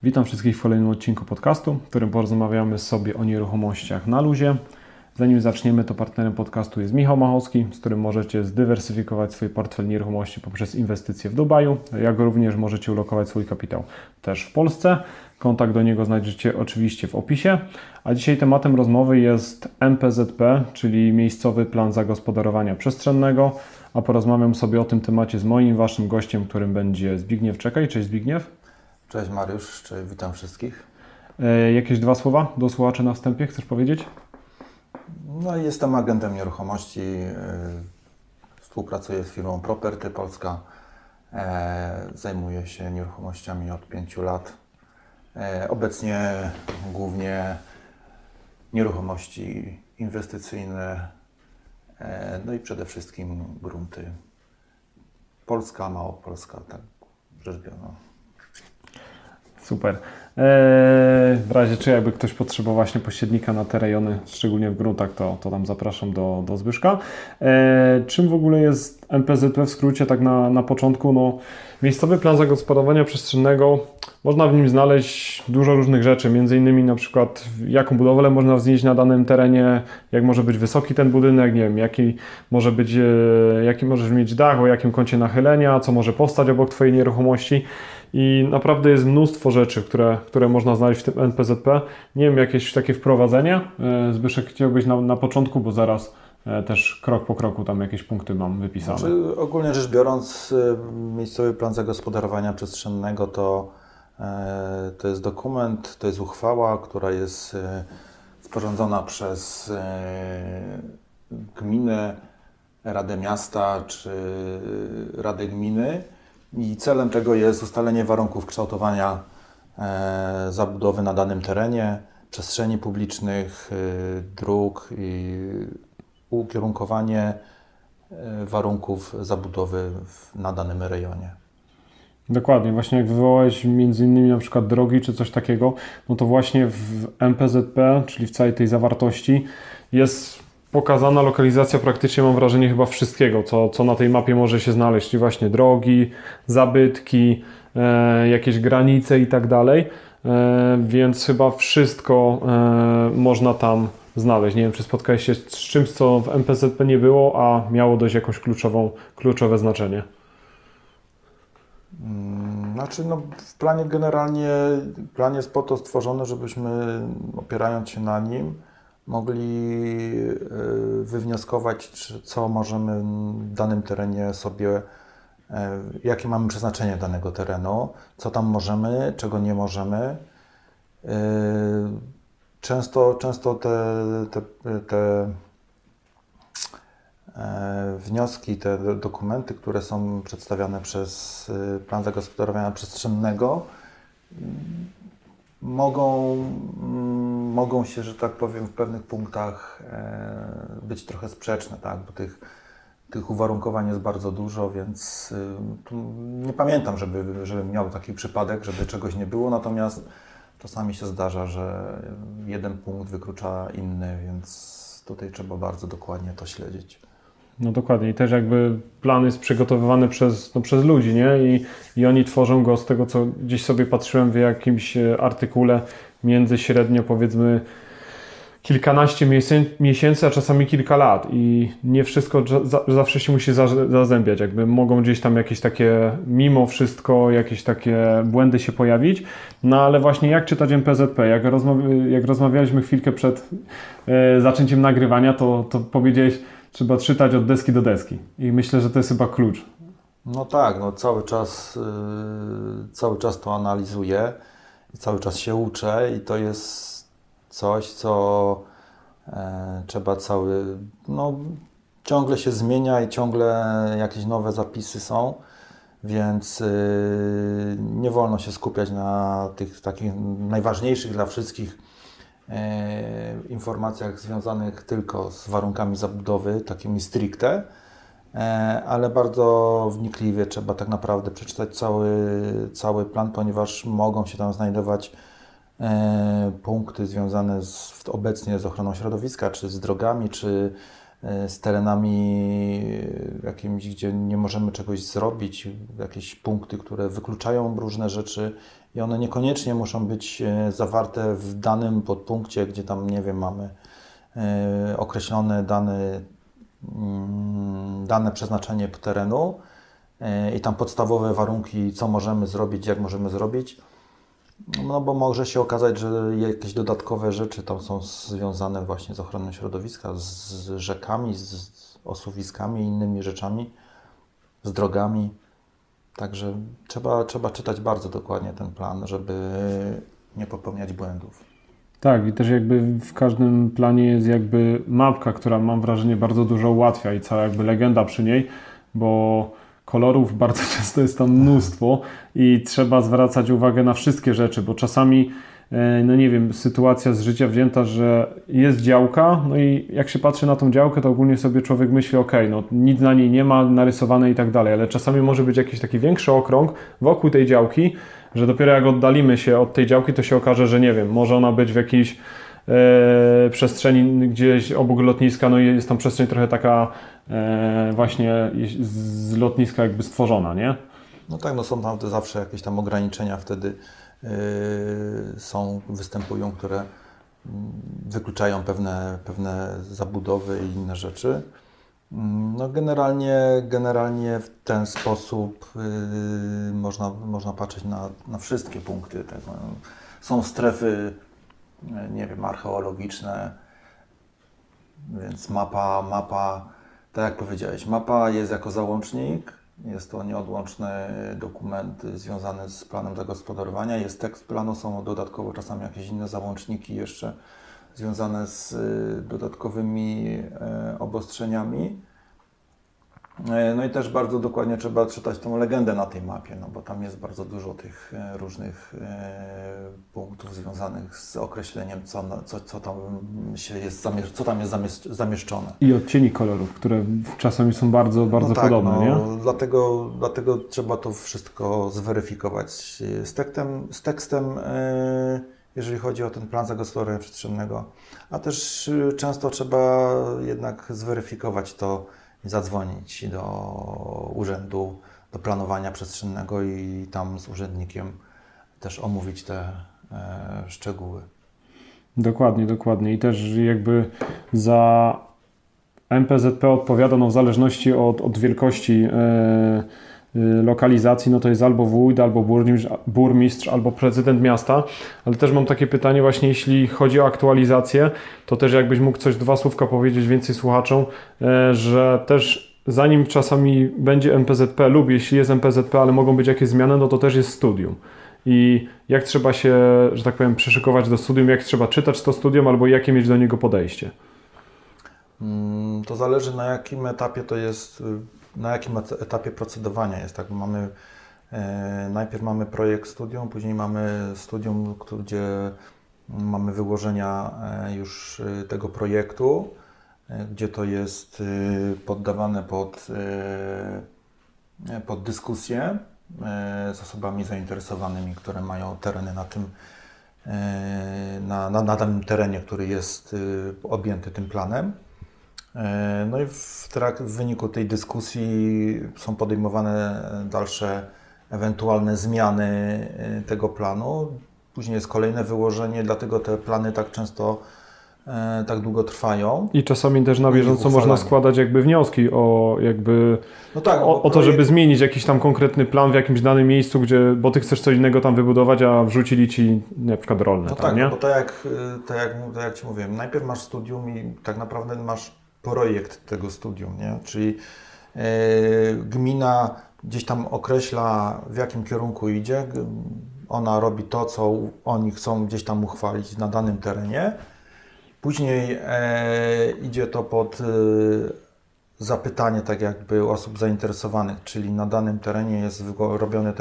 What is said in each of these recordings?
Witam wszystkich w kolejnym odcinku podcastu, w którym porozmawiamy sobie o nieruchomościach na luzie. Zanim zaczniemy, to partnerem podcastu jest Michał Machowski, z którym możecie zdywersyfikować swój portfel nieruchomości poprzez inwestycje w Dubaju, jak również możecie ulokować swój kapitał też w Polsce. Kontakt do niego znajdziecie oczywiście w opisie. A dzisiaj tematem rozmowy jest MPZP, czyli Miejscowy Plan Zagospodarowania Przestrzennego. A porozmawiam sobie o tym temacie z moim waszym gościem, którym będzie Zbigniew Czekaj. Cześć Zbigniew. Cześć Mariusz, cześć, witam wszystkich. Jakieś dwa słowa do słuchaczy na wstępie chcesz powiedzieć? No i jestem agentem nieruchomości, współpracuję z firmą Property Polska, zajmuję się nieruchomościami od 5 lat. Obecnie głównie nieruchomości inwestycyjne, no i przede wszystkim grunty. Polska, Małopolska, tak rzecz biorąc. Super. W razie czy jakby ktoś potrzebował właśnie pośrednika na te rejony, szczególnie w gruntach, to tam zapraszam do Zbyszka. Czym w ogóle jest MPZP w skrócie, tak na początku? No, Miejscowy Plan Zagospodarowania Przestrzennego, można w nim znaleźć dużo różnych rzeczy, między innymi na przykład jaką budowlę można wznieść na danym terenie, jak może być wysoki ten budynek, nie wiem, jaki możesz mieć dach, o jakim kącie nachylenia, co może powstać obok Twojej nieruchomości. I naprawdę jest mnóstwo rzeczy, które można znaleźć w tym NPZP. Nie wiem, jakieś takie wprowadzenie. Zbyszek, chciałbyś na początku, bo zaraz też krok po kroku tam jakieś punkty mam wypisane. Znaczy, ogólnie rzecz biorąc, Miejscowy Plan Zagospodarowania Przestrzennego to jest dokument, to jest uchwała, która jest sporządzona przez gminę, Radę Miasta czy Radę Gminy. I celem tego jest ustalenie warunków kształtowania zabudowy na danym terenie, przestrzeni publicznych, dróg i ukierunkowanie warunków zabudowy na danym rejonie. Dokładnie, właśnie jak wywołałeś między innymi na przykład drogi czy coś takiego, no to właśnie w MPZP, czyli w całej tej zawartości jest pokazana lokalizacja praktycznie, mam wrażenie, chyba wszystkiego, co na tej mapie może się znaleźć, czyli właśnie drogi, zabytki, jakieś granice i tak dalej, więc chyba wszystko można tam znaleźć. Nie wiem, czy spotkałeś się z czymś, co w MPZP nie było, a miało dość jakąś kluczowe znaczenie. Znaczy, no, plan jest po to stworzony, żebyśmy, opierając się na nim, mogli wywnioskować, co możemy w danym terenie sobie, jakie mamy przeznaczenie danego terenu, co tam możemy, czego nie możemy. Często te wnioski, te dokumenty, które są przedstawiane przez Plan Zagospodarowania Przestrzennego, mogą się, że tak powiem, w pewnych punktach być trochę sprzeczne, tak? Bo tych uwarunkowań jest bardzo dużo, więc nie pamiętam, żebym miał taki przypadek, żeby czegoś nie było, natomiast czasami się zdarza, że jeden punkt wyklucza inny, więc tutaj trzeba bardzo dokładnie to śledzić. No dokładnie i też jakby plan jest przygotowywany przez ludzi, nie? I oni tworzą go, z tego co gdzieś sobie patrzyłem w jakimś artykule, między średnio powiedzmy kilkanaście miesięcy, a czasami kilka lat i nie wszystko zawsze się musi zazębiać, jakby mogą gdzieś tam jakieś takie, mimo wszystko jakieś takie błędy się pojawić, no ale właśnie jak czytać MPZP, jak rozmawialiśmy chwilkę przed zaczęciem nagrywania, to powiedziałeś, trzeba czytać od deski do deski i myślę, że to jest chyba klucz. No tak, no cały czas to analizuję, cały czas się uczę i to jest coś, co trzeba ciągle się zmienia i ciągle jakieś nowe zapisy są, więc nie wolno się skupiać na tych takich najważniejszych dla wszystkich informacjach związanych tylko z warunkami zabudowy, takimi stricte, ale bardzo wnikliwie trzeba tak naprawdę przeczytać cały plan, ponieważ mogą się tam znajdować punkty związane obecnie z ochroną środowiska, czy z drogami, czy z terenami jakimiś, gdzie nie możemy czegoś zrobić, jakieś punkty, które wykluczają różne rzeczy i one niekoniecznie muszą być zawarte w danym podpunkcie, gdzie tam, nie wiem, mamy określone dane przeznaczenie terenu i tam podstawowe warunki, co możemy zrobić, jak możemy zrobić. No bo może się okazać, że jakieś dodatkowe rzeczy tam są związane właśnie z ochroną środowiska, z rzekami, z osuwiskami i innymi rzeczami, z drogami. Także trzeba czytać bardzo dokładnie ten plan, żeby nie popełniać błędów. Tak, i też jakby w każdym planie jest jakby mapka, która mam wrażenie bardzo dużo ułatwia i cała jakby legenda przy niej, bo kolorów bardzo często jest tam mnóstwo i trzeba zwracać uwagę na wszystkie rzeczy, bo czasami, no nie wiem, sytuacja z życia wzięta, że jest działka, no i jak się patrzy na tą działkę, to ogólnie sobie człowiek myśli, no nic na niej nie ma narysowane i tak dalej, ale czasami może być jakiś taki większy okrąg wokół tej działki, że dopiero jak oddalimy się od tej działki, to się okaże, że nie wiem, może ona być w jakiejś przestrzeni gdzieś obok lotniska, no i jest tam przestrzeń trochę taka właśnie z lotniska jakby stworzona, nie? No tak, no są tam zawsze jakieś tam ograniczenia wtedy występują, które wykluczają pewne zabudowy i inne rzeczy. No generalnie w ten sposób można patrzeć na wszystkie punkty tego. Są strefy, nie wiem, archeologiczne, więc mapa, tak jak powiedziałeś, mapa jest jako załącznik, jest to nieodłączny dokument związany z planem zagospodarowania, jest tekst planu, są dodatkowo czasami jakieś inne załączniki jeszcze związane z dodatkowymi obostrzeniami. No i też bardzo dokładnie trzeba czytać tą legendę na tej mapie, no bo tam jest bardzo dużo tych różnych punktów związanych z określeniem, co tam jest zamieszczone. I odcieni kolorów, które czasami są bardzo No tak, podobne, nie? Dlatego trzeba to wszystko zweryfikować z tekstem, jeżeli chodzi o ten plan zagospodarowania przestrzennego, a też często trzeba jednak zweryfikować to i zadzwonić do urzędu, do planowania przestrzennego i tam z urzędnikiem też omówić te szczegóły. Dokładnie. I też jakby za MPZP odpowiada, no w zależności od wielkości lokalizacji, no to jest albo wójt, albo burmistrz, albo prezydent miasta, ale też mam takie pytanie właśnie, jeśli chodzi o aktualizację, to też jakbyś mógł dwa słówka powiedzieć więcej słuchaczom, że też zanim czasami będzie MPZP lub jeśli jest MPZP, ale mogą być jakieś zmiany, no to też jest studium. I jak trzeba się, że tak powiem, przyszykować do studium, jak trzeba czytać to studium, albo jakie mieć do niego podejście? To zależy na jakim etapie to jest, na jakim etapie procedowania jest. Tak, najpierw mamy projekt studium, później mamy studium, gdzie mamy wyłożenia już tego projektu, gdzie to jest poddawane pod dyskusję z osobami zainteresowanymi, które mają tereny na danym terenie, który jest objęty tym planem. No i w wyniku tej dyskusji są podejmowane dalsze ewentualne zmiany tego planu. Później jest kolejne wyłożenie, dlatego te plany tak często tak długo trwają. I czasami też na bieżąco można składać jakby wnioski o to, żeby zmienić jakiś tam konkretny plan w jakimś danym miejscu, bo ty chcesz coś innego tam wybudować, a wrzucili ci na przykład rolne. No tam, tak, nie? bo tak jak Ci mówiłem, najpierw masz studium i tak naprawdę masz projekt tego studium, nie? Czyli gmina gdzieś tam określa, w jakim kierunku idzie, ona robi to, co oni chcą gdzieś tam uchwalić na danym terenie. Później idzie to pod zapytanie tak jakby osób zainteresowanych, czyli na danym terenie jest robiony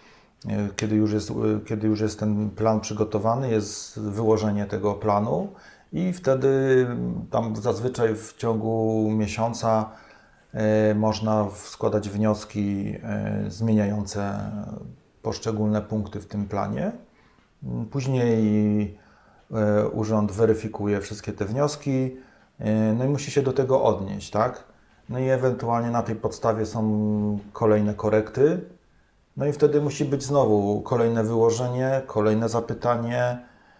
kiedy już jest ten plan przygotowany, jest wyłożenie tego planu i wtedy tam zazwyczaj w ciągu miesiąca można składać wnioski zmieniające poszczególne punkty w tym planie. Później urząd weryfikuje wszystkie te wnioski, no i musi się do tego odnieść, tak? No i ewentualnie na tej podstawie są kolejne korekty. No i wtedy musi być znowu kolejne wyłożenie, kolejne zapytanie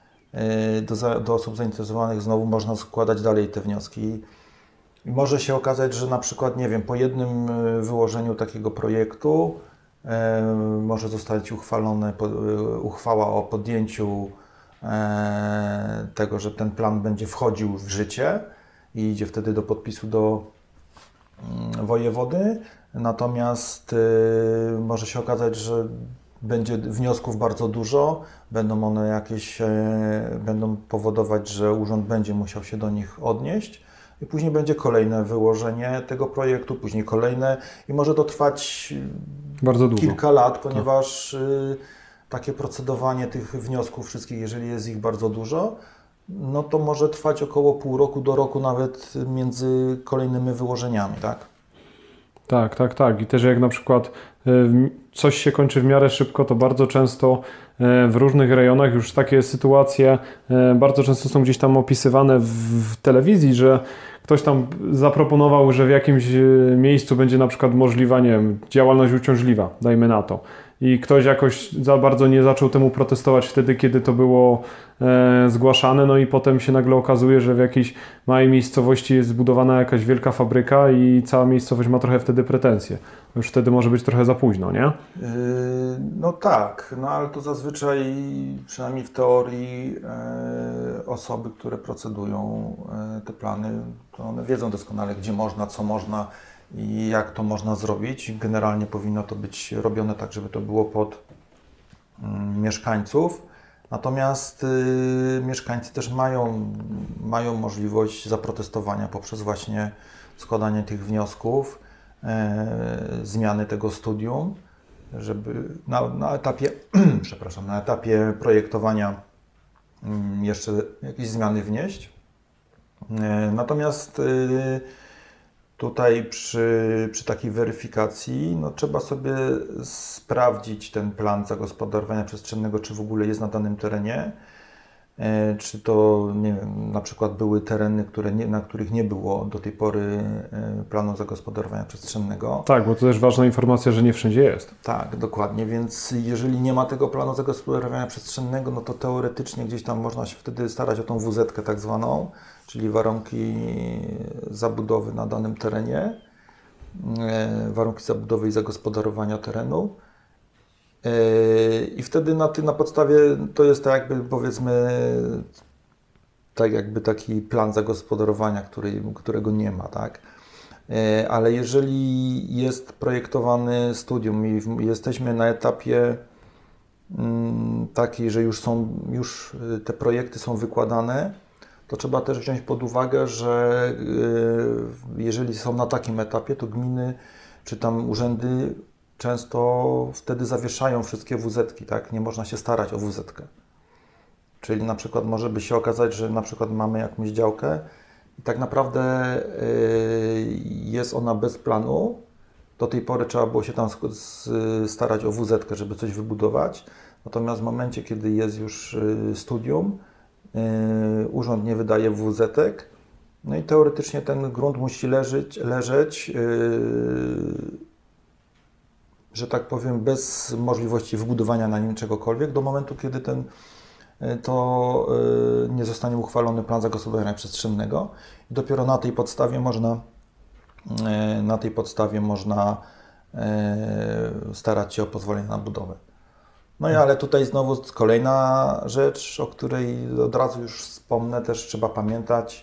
do osób zainteresowanych, znowu można składać dalej te wnioski. I może się okazać, że na przykład, nie wiem, po jednym wyłożeniu takiego projektu może zostać uchwała o podjęciu tego, że ten plan będzie wchodził w życie i idzie wtedy do podpisu do wojewody. Natomiast może się okazać, że będzie wniosków bardzo dużo, będą one jakieś, będą powodować, że urząd będzie musiał się do nich odnieść i później będzie kolejne wyłożenie tego projektu, później kolejne i może to trwać bardzo dużo. Kilka lat, ponieważ takie procedowanie tych wniosków wszystkich, jeżeli jest ich bardzo dużo, no to może trwać około pół roku do roku nawet między kolejnymi wyłożeniami, tak? Tak. I też jak na przykład coś się kończy w miarę szybko, to bardzo często w różnych rejonach już takie sytuacje bardzo często są gdzieś tam opisywane w telewizji, że ktoś tam zaproponował, że w jakimś miejscu będzie na przykład możliwa, nie wiem, działalność uciążliwa, dajmy na to. I ktoś jakoś za bardzo nie zaczął temu protestować wtedy, kiedy to było zgłaszane, no i potem się nagle okazuje, że w jakiejś małej miejscowości jest zbudowana jakaś wielka fabryka i cała miejscowość ma trochę wtedy pretensje. Już wtedy może być trochę za późno, nie? No tak, no ale to zazwyczaj, przynajmniej w teorii, osoby, które procedują te plany, to one wiedzą doskonale, gdzie można, co można i jak to można zrobić. Generalnie powinno to być robione tak, żeby to było pod mieszkańców. Natomiast mieszkańcy też mają możliwość zaprotestowania poprzez właśnie składanie tych wniosków, zmiany tego studium, żeby na etapie, na etapie projektowania jeszcze jakieś zmiany wnieść. Natomiast tutaj przy takiej weryfikacji no, trzeba sobie sprawdzić ten plan zagospodarowania przestrzennego, czy w ogóle jest na danym terenie, czy to nie wiem, na przykład były tereny, na których nie było do tej pory planu zagospodarowania przestrzennego. Tak, bo to też ważna informacja, że nie wszędzie jest. Tak, dokładnie, więc jeżeli nie ma tego planu zagospodarowania przestrzennego, no to teoretycznie gdzieś tam można się wtedy starać o tą WZ-kę tak zwaną, czyli warunki zabudowy na danym terenie, warunki zabudowy i zagospodarowania terenu. I wtedy na podstawie to jest tak jakby, powiedzmy, tak jakby taki plan zagospodarowania, którego nie ma, tak? Ale jeżeli jest projektowany studium i jesteśmy na etapie takiej, że już te projekty są wykładane, to trzeba też wziąć pod uwagę, że jeżeli są na takim etapie, to gminy czy tam urzędy często wtedy zawieszają wszystkie WZ-ki, tak? Nie można się starać o WZ-kę. Czyli na przykład może by się okazać, że na przykład mamy jakąś działkę i tak naprawdę jest ona bez planu. Do tej pory trzeba było się tam starać o WZ-kę, żeby coś wybudować. Natomiast w momencie, kiedy jest już studium, urząd nie wydaje WZ-ek, no i teoretycznie ten grunt musi leżeć, że tak powiem, bez możliwości wybudowania na nim czegokolwiek do momentu, kiedy to nie zostanie uchwalony plan zagospodarowania przestrzennego. I dopiero na tej podstawie można starać się o pozwolenie na budowę. No i ale tutaj znowu kolejna rzecz, o której od razu już wspomnę, też trzeba pamiętać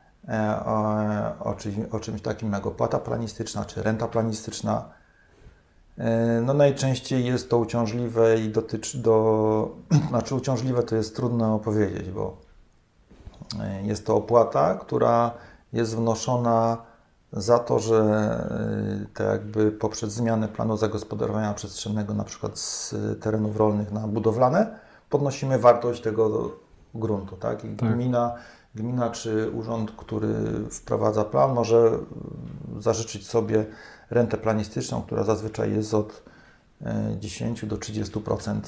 o czymś takim jak opłata planistyczna czy renta planistyczna. No najczęściej jest to uciążliwe i znaczy uciążliwe to jest trudno powiedzieć, bo jest to opłata, która jest wnoszona za to, że tak jakby poprzez zmianę planu zagospodarowania przestrzennego, na przykład z terenów rolnych na budowlane, podnosimy wartość tego gruntu, tak? I tak. Gmina czy urząd, który wprowadza plan, może zażyczyć sobie rentę planistyczną, która zazwyczaj jest od 10 do 30%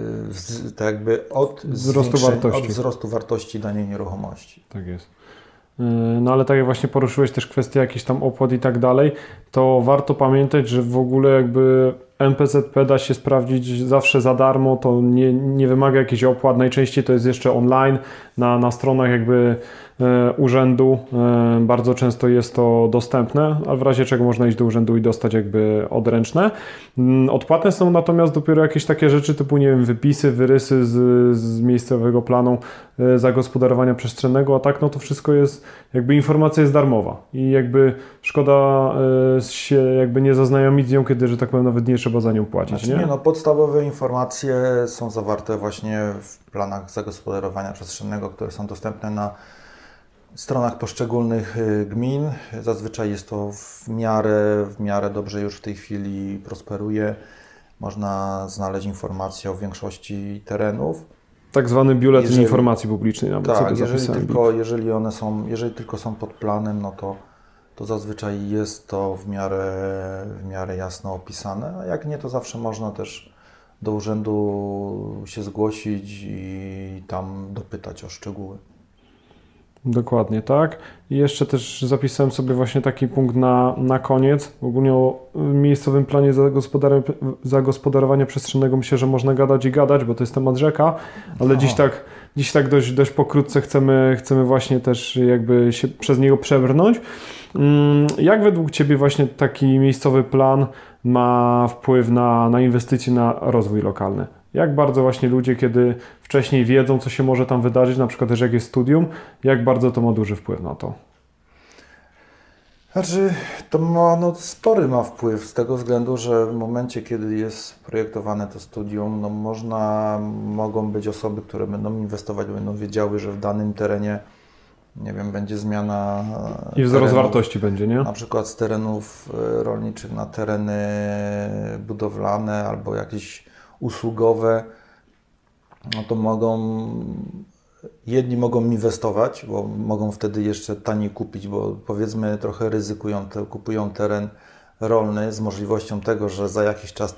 tak jakby od wzrostu wartości danej nieruchomości. Tak jest. No ale tak jak właśnie poruszyłeś też kwestię jakichś tam opłat i tak dalej, to warto pamiętać, że w ogóle jakby MPZP da się sprawdzić zawsze za darmo, to nie wymaga jakichś opłat, najczęściej to jest jeszcze online, na stronach jakby urzędu, bardzo często jest to dostępne, a w razie czego można iść do urzędu i dostać jakby odręczne. Odpłatne są natomiast dopiero jakieś takie rzeczy typu, nie wiem, wypisy, wyrysy z miejscowego planu zagospodarowania przestrzennego, a tak no to wszystko jest, jakby informacja jest darmowa i jakby szkoda się jakby nie zaznajomić z nią, kiedy, że tak powiem, nawet nie trzeba za nią płacić, Znaczy, nie? no, podstawowe informacje są zawarte właśnie w planach zagospodarowania przestrzennego, które są dostępne na stronach poszczególnych gmin. Zazwyczaj jest to w miarę dobrze już w tej chwili prosperuje. Można znaleźć informacje o większości terenów. Tak zwany biuletyn informacji publicznej, nawet tak, sobie zapisałem. jeżeli tylko są pod planem, no to zazwyczaj jest to w miarę jasno opisane, a jak nie, to zawsze można też do urzędu się zgłosić i tam dopytać o szczegóły. Dokładnie, tak. I jeszcze też zapisałem sobie właśnie taki punkt na koniec. Ogólnie o miejscowym planie zagospodarowania przestrzennego myślę, że można gadać i gadać, bo to jest temat rzeka, ale dziś tak dość pokrótce chcemy właśnie też jakby się przez niego przebrnąć. Jak według Ciebie właśnie taki miejscowy plan ma wpływ na inwestycje, na rozwój lokalny? Jak bardzo właśnie ludzie, kiedy wcześniej wiedzą, co się może tam wydarzyć, na przykład też jak jest studium, jak bardzo to ma duży wpływ na to? Znaczy, to spory ma wpływ z tego względu, że w momencie, kiedy jest projektowane to studium, no mogą być osoby, które będą inwestować, będą wiedziały, że w danym terenie, nie wiem, będzie zmiana i wzrost wartości będzie, nie? Na przykład z terenów rolniczych na tereny budowlane albo jakieś usługowe, no to jedni mogą inwestować, bo mogą wtedy jeszcze taniej kupić, bo powiedzmy trochę ryzykują, kupują teren rolny z możliwością tego, że za jakiś czas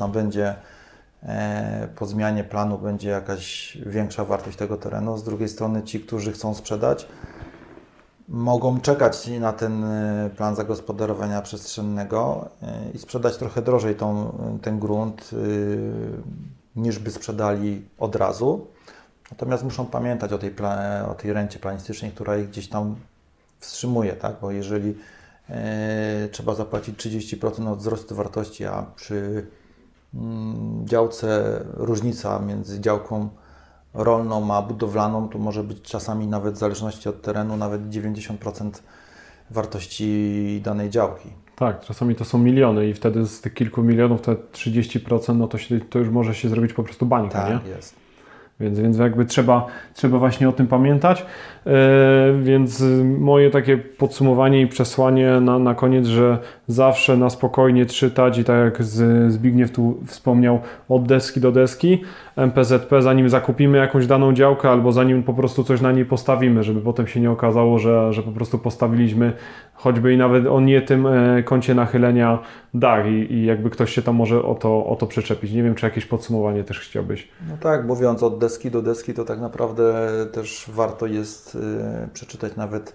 po zmianie planu będzie jakaś większa wartość tego terenu. Z drugiej strony ci, którzy chcą sprzedać, mogą czekać na ten plan zagospodarowania przestrzennego i sprzedać trochę drożej ten grunt, niż by sprzedali od razu. Natomiast muszą pamiętać o tej rencie planistycznej, która ich gdzieś tam wstrzymuje, tak? Bo jeżeli trzeba zapłacić 30% od wzrostu wartości, a przy działce różnica między działką rolną a budowlaną, to może być czasami nawet w zależności od terenu nawet 90% wartości danej działki. Tak, czasami to są miliony i wtedy z tych kilku milionów te 30%, no to już może się zrobić po prostu bańka, tak, nie? Tak, jest. Więc jakby trzeba właśnie o tym pamiętać. Więc moje takie podsumowanie i przesłanie na koniec, że zawsze na spokojnie czytać i tak jak Zbigniew tu wspomniał, od deski do deski, MPZP, zanim zakupimy jakąś daną działkę albo zanim po prostu coś na niej postawimy, żeby potem się nie okazało, że po prostu postawiliśmy choćby i nawet o nie tym kącie nachylenia dach i jakby ktoś się tam może o to przyczepić. Nie wiem, czy jakieś podsumowanie też chciałbyś. No tak, mówiąc od deski do deski, to tak naprawdę też warto jest przeczytać nawet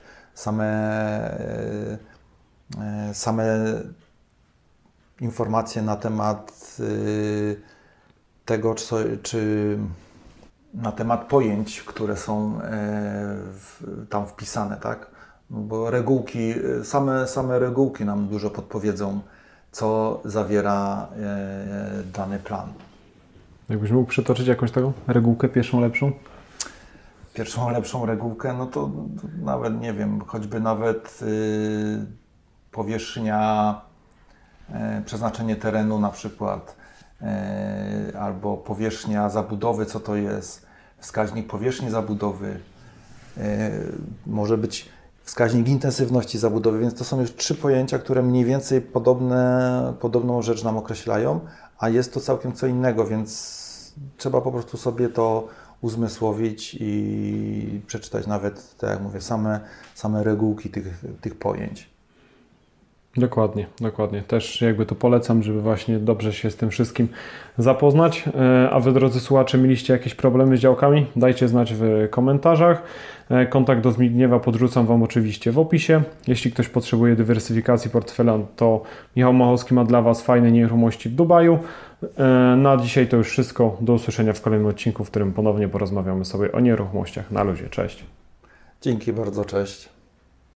same informacje na temat tego, czy na temat pojęć, które są tam wpisane, tak? Bo regułki, same regułki nam dużo podpowiedzą, co zawiera dany plan. Jakbyś mógł przytoczyć jakąś taką regułkę, pierwszą lepszą? Pierwszą lepszą regułkę, no to nawet nie wiem, choćby nawet powierzchnia, przeznaczenie terenu na przykład, albo powierzchnia zabudowy, co to jest, wskaźnik powierzchni zabudowy, może być wskaźnik intensywności zabudowy, więc to są już 3 pojęcia, które mniej więcej podobną rzecz nam określają, a jest to całkiem co innego, więc trzeba po prostu sobie to uzmysłowić i przeczytać nawet, tak jak mówię, same regułki tych pojęć. Dokładnie, dokładnie. Też jakby to polecam, żeby właśnie dobrze się z tym wszystkim zapoznać. A wy, drodzy słuchacze, mieliście jakieś problemy z działkami? Dajcie znać w komentarzach. Kontakt do Zbigniewa podrzucam Wam oczywiście w opisie. Jeśli ktoś potrzebuje dywersyfikacji portfela, to Michał Machowski ma dla Was fajne nieruchomości w Dubaju. Na dzisiaj to już wszystko. Do usłyszenia w kolejnym odcinku, w którym ponownie porozmawiamy sobie o nieruchomościach na luzie. Cześć. Dzięki bardzo, cześć.